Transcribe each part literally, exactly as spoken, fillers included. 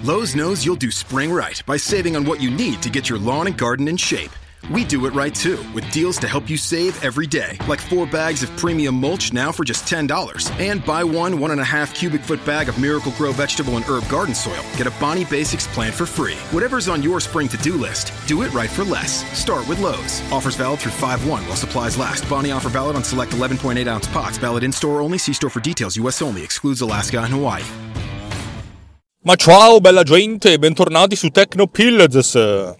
Lowe's knows you'll do spring right by saving on what you need to get your lawn and garden in shape. We do it right too, with deals to help you save every day, like four bags of premium mulch now for just ten dollars. And buy one one and a half cubic foot bag of Miracle Grow vegetable and herb garden soil. Get a Bonnie Basics plant for free. Whatever's on your spring to-do list, do it right for less. Start with Lowe's. Offers valid through five one while supplies last. Bonnie offer valid on select eleven point eight ounce pots. Valid in-store only. See store for details. U S only. Excludes Alaska and Hawaii. Ma ciao bella gente, bentornati su Tecnopills.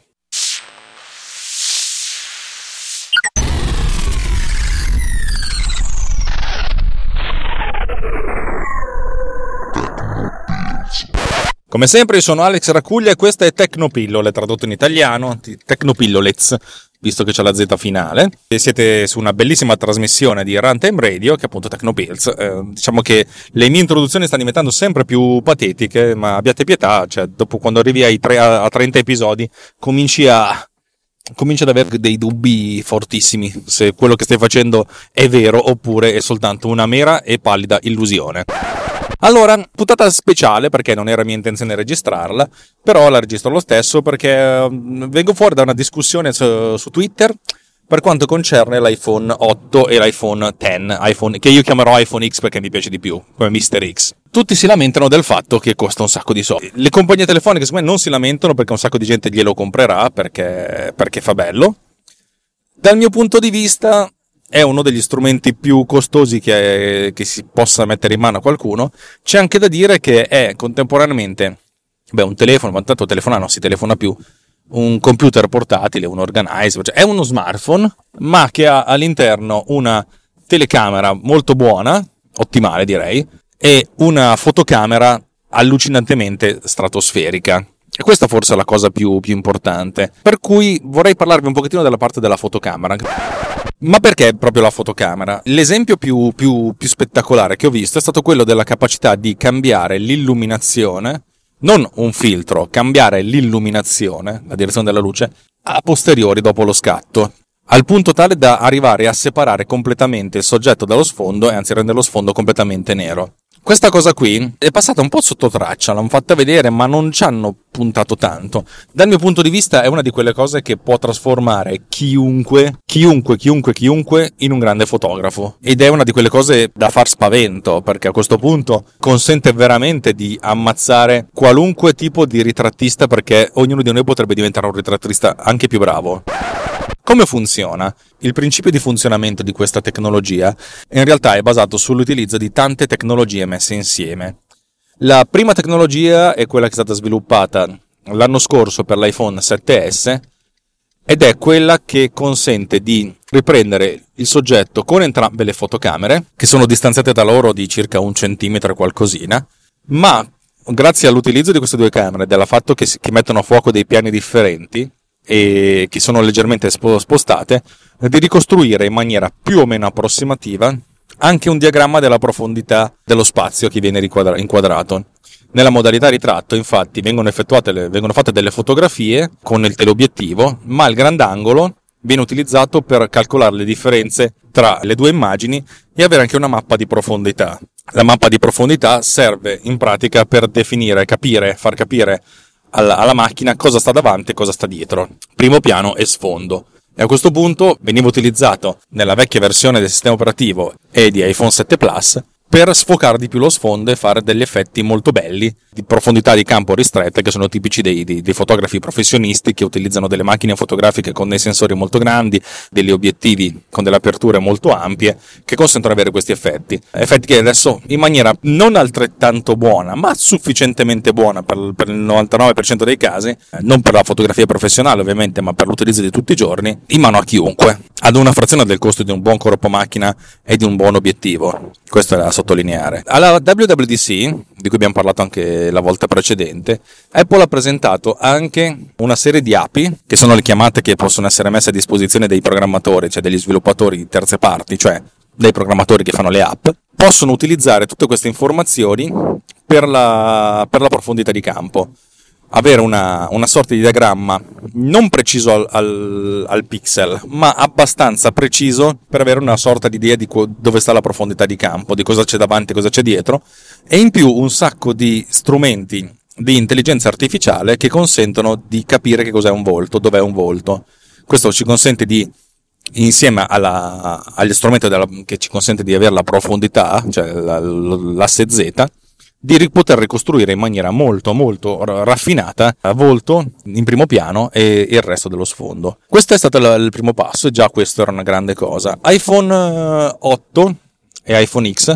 Come sempre io sono Alex Racuglia e questa è Tecnopillole, tradotto in italiano, Tecnopillolez, visto che c'è la Z finale. E siete su una bellissima trasmissione di Runtime Radio, che è appunto Tecnopills. Eh, diciamo che le mie introduzioni stanno diventando sempre più patetiche, ma abbiate pietà, cioè dopo quando arrivi ai tre, a trenta episodi cominci a... cominci ad avere dei dubbi fortissimi se quello che stai facendo è vero oppure è soltanto una mera e pallida illusione. Allora, puntata speciale perché non era mia intenzione registrarla, però la registro lo stesso perché vengo fuori da una discussione su, su Twitter per quanto concerne l'iPhone otto e l'iPhone dieci, iPhone, che io chiamerò iPhone X perché mi piace di più, come mister X. Tutti si lamentano del fatto che costa un sacco di soldi. Le compagnie telefoniche secondo me non si lamentano perché un sacco di gente glielo comprerà perché, perché fa bello. Dal mio punto di vista è uno degli strumenti più costosi che, che si possa mettere in mano a qualcuno. C'è anche da dire che è contemporaneamente, beh, un telefono, ma tanto telefonare non si telefona più, un computer portatile, un organizer, cioè è uno smartphone, ma che ha all'interno una telecamera molto buona, ottimale direi, e una fotocamera allucinantemente stratosferica. E questa forse è la cosa più, più importante. Per cui vorrei parlarvi un pochettino della parte della fotocamera. Ma perché proprio la fotocamera? L'esempio più, più, più spettacolare che ho visto è stato quello della capacità di cambiare l'illuminazione, non un filtro, cambiare l'illuminazione, la direzione della luce, a posteriori dopo lo scatto, al punto tale da arrivare a separare completamente il soggetto dallo sfondo e anzi rendere lo sfondo completamente nero. Questa cosa qui è passata un po' sotto traccia, l'hanno fatta vedere ma non ci hanno puntato tanto. Dal mio punto di vista è una di quelle cose che può trasformare chiunque, chiunque, chiunque, chiunque in un grande fotografo. Ed è una di quelle cose da far spavento, perché a questo punto consente veramente di ammazzare qualunque tipo di ritrattista, perché ognuno di noi potrebbe diventare un ritrattista anche più bravo. Come funziona? Il principio di funzionamento di questa tecnologia in realtà è basato sull'utilizzo di tante tecnologie messe insieme. La prima tecnologia è quella che è stata sviluppata l'anno scorso per l'iPhone sette S ed è quella che consente di riprendere il soggetto con entrambe le fotocamere, che sono distanziate da loro di circa un centimetro e qualcosina, ma grazie all'utilizzo di queste due camere e del fatto che, che mettono a fuoco dei piani differenti e che sono leggermente spostate, di ricostruire in maniera più o meno approssimativa anche un diagramma della profondità dello spazio che viene inquadrato. Nella modalità ritratto, infatti, vengono effettuate le, vengono fatte delle fotografie con il teleobiettivo, ma il grandangolo viene utilizzato per calcolare le differenze tra le due immagini e avere anche una mappa di profondità. La mappa di profondità serve in pratica per definire, capire, far capire alla, alla macchina cosa sta davanti e cosa sta dietro, primo piano e sfondo. E a questo punto veniva utilizzato nella vecchia versione del sistema operativo e di iPhone sette Plus per sfocare di più lo sfondo e fare degli effetti molto belli di profondità di campo ristrette, che sono tipici dei, dei, dei fotografi professionisti che utilizzano delle macchine fotografiche con dei sensori molto grandi, degli obiettivi con delle aperture molto ampie che consentono di avere questi effetti. Effetti che adesso in maniera non altrettanto buona, ma sufficientemente buona per, per il novantanove per cento dei casi, non per la fotografia professionale ovviamente, ma per l'utilizzo di tutti i giorni, in mano a chiunque, ad una frazione del costo di un buon corpo macchina e di un buon obiettivo. Questo è da sottolineare. Alla W W D C, di cui abbiamo parlato anche la volta precedente, Apple ha presentato anche una serie di A P I, che sono le chiamate che possono essere messe a disposizione dei programmatori, cioè degli sviluppatori di terze parti, cioè dei programmatori che fanno le app, possono utilizzare tutte queste informazioni per la, per la profondità di campo. Avere una, una sorta di diagramma non preciso al, al, al pixel, ma abbastanza preciso per avere una sorta di idea di co- dove sta la profondità di campo, di cosa c'è davanti e cosa c'è dietro, e in più un sacco di strumenti di intelligenza artificiale che consentono di capire che cos'è un volto, dov'è un volto. Questo ci consente di, insieme alla, agli strumenti della, che ci consente di avere la profondità, cioè la, l'asse Z, di poter ricostruire in maniera molto molto raffinata volto in primo piano e il resto dello sfondo. Questo è stato il primo passo e già questo era una grande cosa. iPhone otto e iPhone X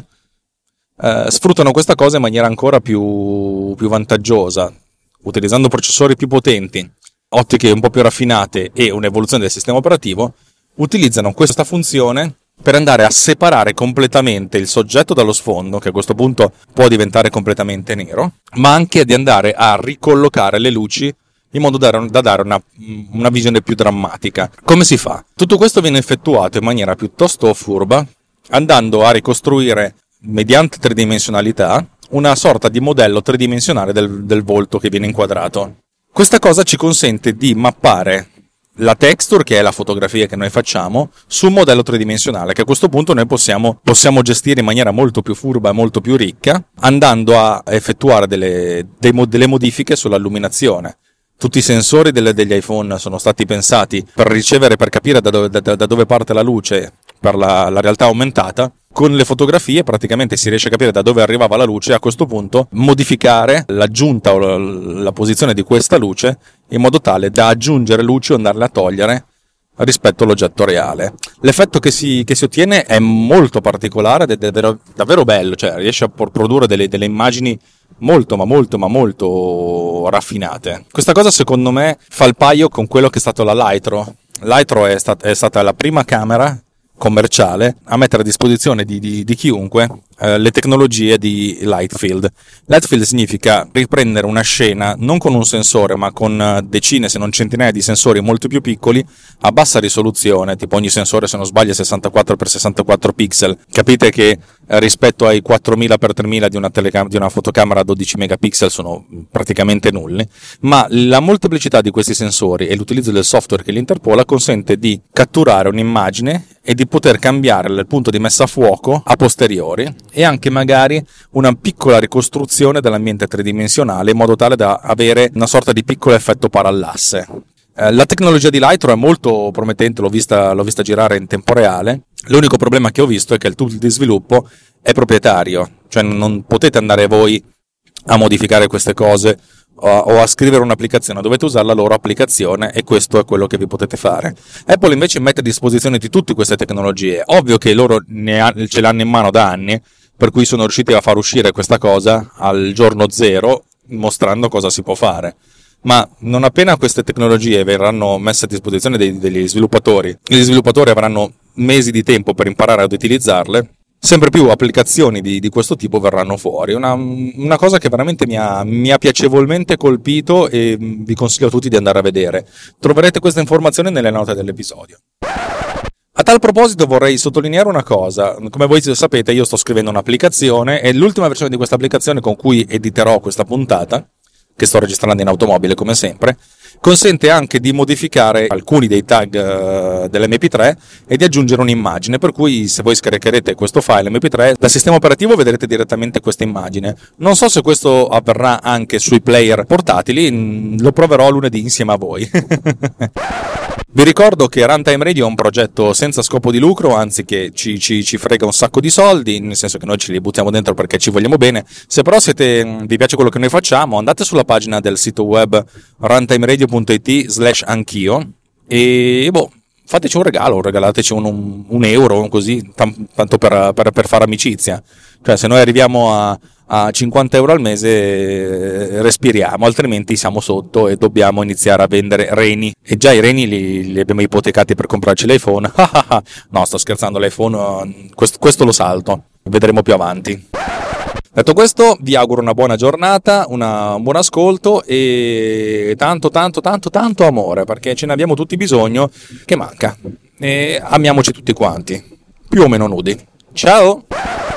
eh, sfruttano questa cosa in maniera ancora più, più vantaggiosa, utilizzando processori più potenti, ottiche un po' più raffinate e un'evoluzione del sistema operativo. Utilizzano questa funzione per andare a separare completamente il soggetto dallo sfondo, che a questo punto può diventare completamente nero, ma anche di andare a ricollocare le luci in modo da dare una, una visione più drammatica. Come si fa? Tutto questo viene effettuato in maniera piuttosto furba, andando a ricostruire, mediante tridimensionalità, una sorta di modello tridimensionale del, del volto che viene inquadrato. Questa cosa ci consente di mappare la texture, che è la fotografia che noi facciamo, su un modello tridimensionale che a questo punto noi possiamo, possiamo gestire in maniera molto più furba e molto più ricca, andando a effettuare delle, delle modifiche sull'illuminazione. Tutti i sensori delle, degli iPhone sono stati pensati per ricevere, per capire da dove, da, da dove parte la luce per la, la realtà aumentata. Con le fotografie praticamente si riesce a capire da dove arrivava la luce e a questo punto modificare l'aggiunta o la, la posizione di questa luce in modo tale da aggiungere luce o andarle a togliere rispetto all'oggetto reale. L'effetto che si, che si ottiene è molto particolare ed è davvero, davvero bello, cioè riesce a produrre delle, delle immagini molto ma molto ma molto raffinate. Questa cosa secondo me fa il paio con quello che è stato la Lytro. Lytro è, stat- è stata la prima camera commerciale a mettere a disposizione di, di, di chiunque eh, le tecnologie di Lightfield. Lightfield significa riprendere una scena non con un sensore ma con decine se non centinaia di sensori molto più piccoli a bassa risoluzione, tipo ogni sensore se non sbaglio è sessantaquattro per sessantaquattro pixel. Capite che eh, rispetto ai quattromila per tremila di una, telecam- di una fotocamera a dodici megapixel sono praticamente nulli, ma la molteplicità di questi sensori e l'utilizzo del software che li interpola consente di catturare un'immagine e di poter cambiare il punto di messa a fuoco a posteriori e anche magari una piccola ricostruzione dell'ambiente tridimensionale in modo tale da avere una sorta di piccolo effetto parallasse. Eh, la tecnologia di Lytro è molto promettente, l'ho vista, l'ho vista girare in tempo reale. L'unico problema che ho visto è che il tool di sviluppo è proprietario, cioè non potete andare voi a modificare queste cose o a scrivere un'applicazione, dovete usare la loro applicazione e questo è quello che vi potete fare. Apple invece mette a disposizione di tutte queste tecnologie, ovvio che loro ne ha, ce l'hanno in mano da anni, per cui sono riusciti a far uscire questa cosa al giorno zero mostrando cosa si può fare. Ma non appena queste tecnologie verranno messe a disposizione dei, degli sviluppatori, gli sviluppatori avranno mesi di tempo per imparare ad utilizzarle, sempre più applicazioni di, di questo tipo verranno fuori. Una, una cosa che veramente mi ha, mi ha piacevolmente colpito e vi consiglio a tutti di andare a vedere. Troverete questa informazione nelle note dell'episodio. A tal proposito vorrei sottolineare una cosa. Come voi sapete io sto scrivendo un'applicazione e l'ultima versione di questa applicazione con cui editerò questa puntata, che sto registrando in automobile come sempre, consente anche di modificare alcuni dei tag uh, dell'emme pi tre e di aggiungere un'immagine, per cui se voi scaricherete questo file emme pi tre dal sistema operativo vedrete direttamente questa immagine. Non so se questo avverrà anche sui player portatili, lo proverò lunedì insieme a voi. Vi ricordo che Runtime Radio è un progetto senza scopo di lucro, anzi che ci, ci, ci frega un sacco di soldi, nel senso che noi ce li buttiamo dentro perché ci vogliamo bene. Se però siete, vi piace quello che noi facciamo, andate sulla pagina del sito web runtimeradio punto it slash anch'io e boh, fateci un regalo, regalateci un, un, un euro così, tam, tanto per, per, per fare amicizia. Cioè se noi arriviamo a a cinquanta euro al mese respiriamo, altrimenti siamo sotto e dobbiamo iniziare a vendere reni, e già i reni li, li abbiamo ipotecati per comprarci l'iPhone. No, sto scherzando, l'iPhone questo, questo lo salto, vedremo più avanti. Detto questo, vi auguro una buona giornata, una, un buon ascolto e tanto tanto tanto tanto amore, perché ce ne abbiamo tutti bisogno, che manca, e amiamoci tutti quanti, più o meno nudi. Ciao!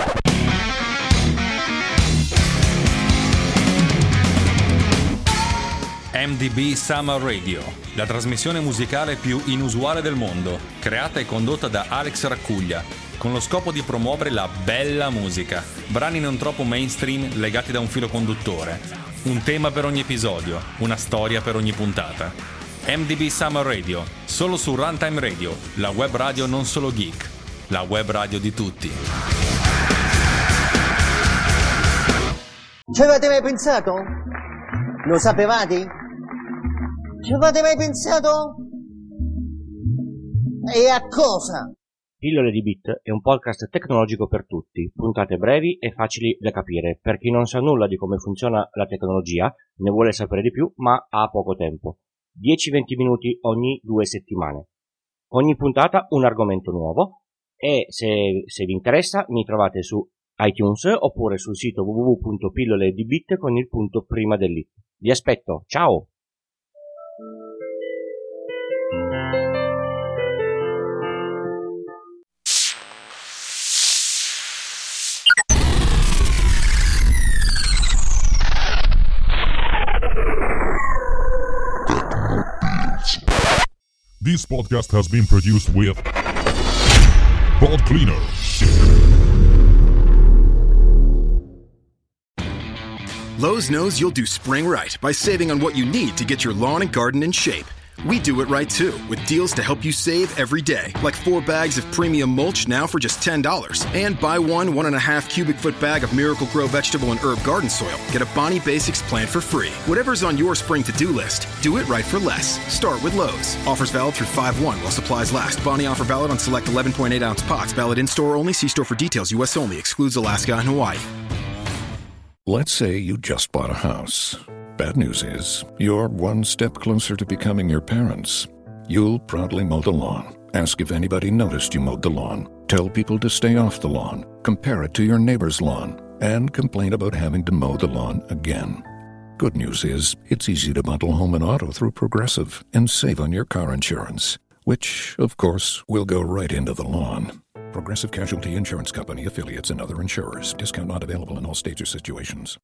M D B Summer Radio, la trasmissione musicale più inusuale del mondo, creata e condotta da Alex Raccuglia, con lo scopo di promuovere la bella musica, brani non troppo mainstream legati da un filo conduttore, Un tema per ogni episodio, una storia per ogni puntata. M D B Summer Radio, solo su Runtime Radio, la web radio non solo geek, la web radio di tutti. Ci avete mai pensato? Lo sapevate? Ci avete mai pensato? E a cosa? Pillole di Bit è un podcast tecnologico per tutti, puntate brevi e facili da capire per chi non sa nulla di come funziona la tecnologia, ne vuole sapere di più ma ha poco tempo. dieci venti minuti ogni due settimane. Ogni puntata un argomento nuovo e se, se vi interessa mi trovate su iTunes oppure sul sito w w w punto pillole di bit con il punto prima dell'it. Vi aspetto, ciao! This podcast has been produced with Pod Cleaner. Lowe's knows you'll do spring right by saving on what you need to get your lawn and garden in shape. We do it right too, with deals to help you save every day, like four bags of premium mulch now for just ten dollars. And buy one one and a half cubic foot bag of Miracle-Gro vegetable and herb garden soil. Get a Bonnie Basics plant for free. Whatever's on your spring to-do list, do it right for less. Start with Lowe's. Offers valid through five one while supplies last. Bonnie offer valid on select eleven point eight ounce pots. Valid in-store only. See store for details. U S only. Excludes Alaska and Hawaii. Let's say you just bought a house. Bad news is, you're one step closer to becoming your parents. You'll proudly mow the lawn. Ask if anybody noticed you mowed the lawn. Tell people to stay off the lawn. Compare it to your neighbor's lawn. And complain about having to mow the lawn again. Good news is, it's easy to bundle home and auto through Progressive and save on your car insurance. Which, of course, will go right into the lawn. Progressive Casualty Insurance Company, affiliates, and other insurers. Discount not available in all states or situations.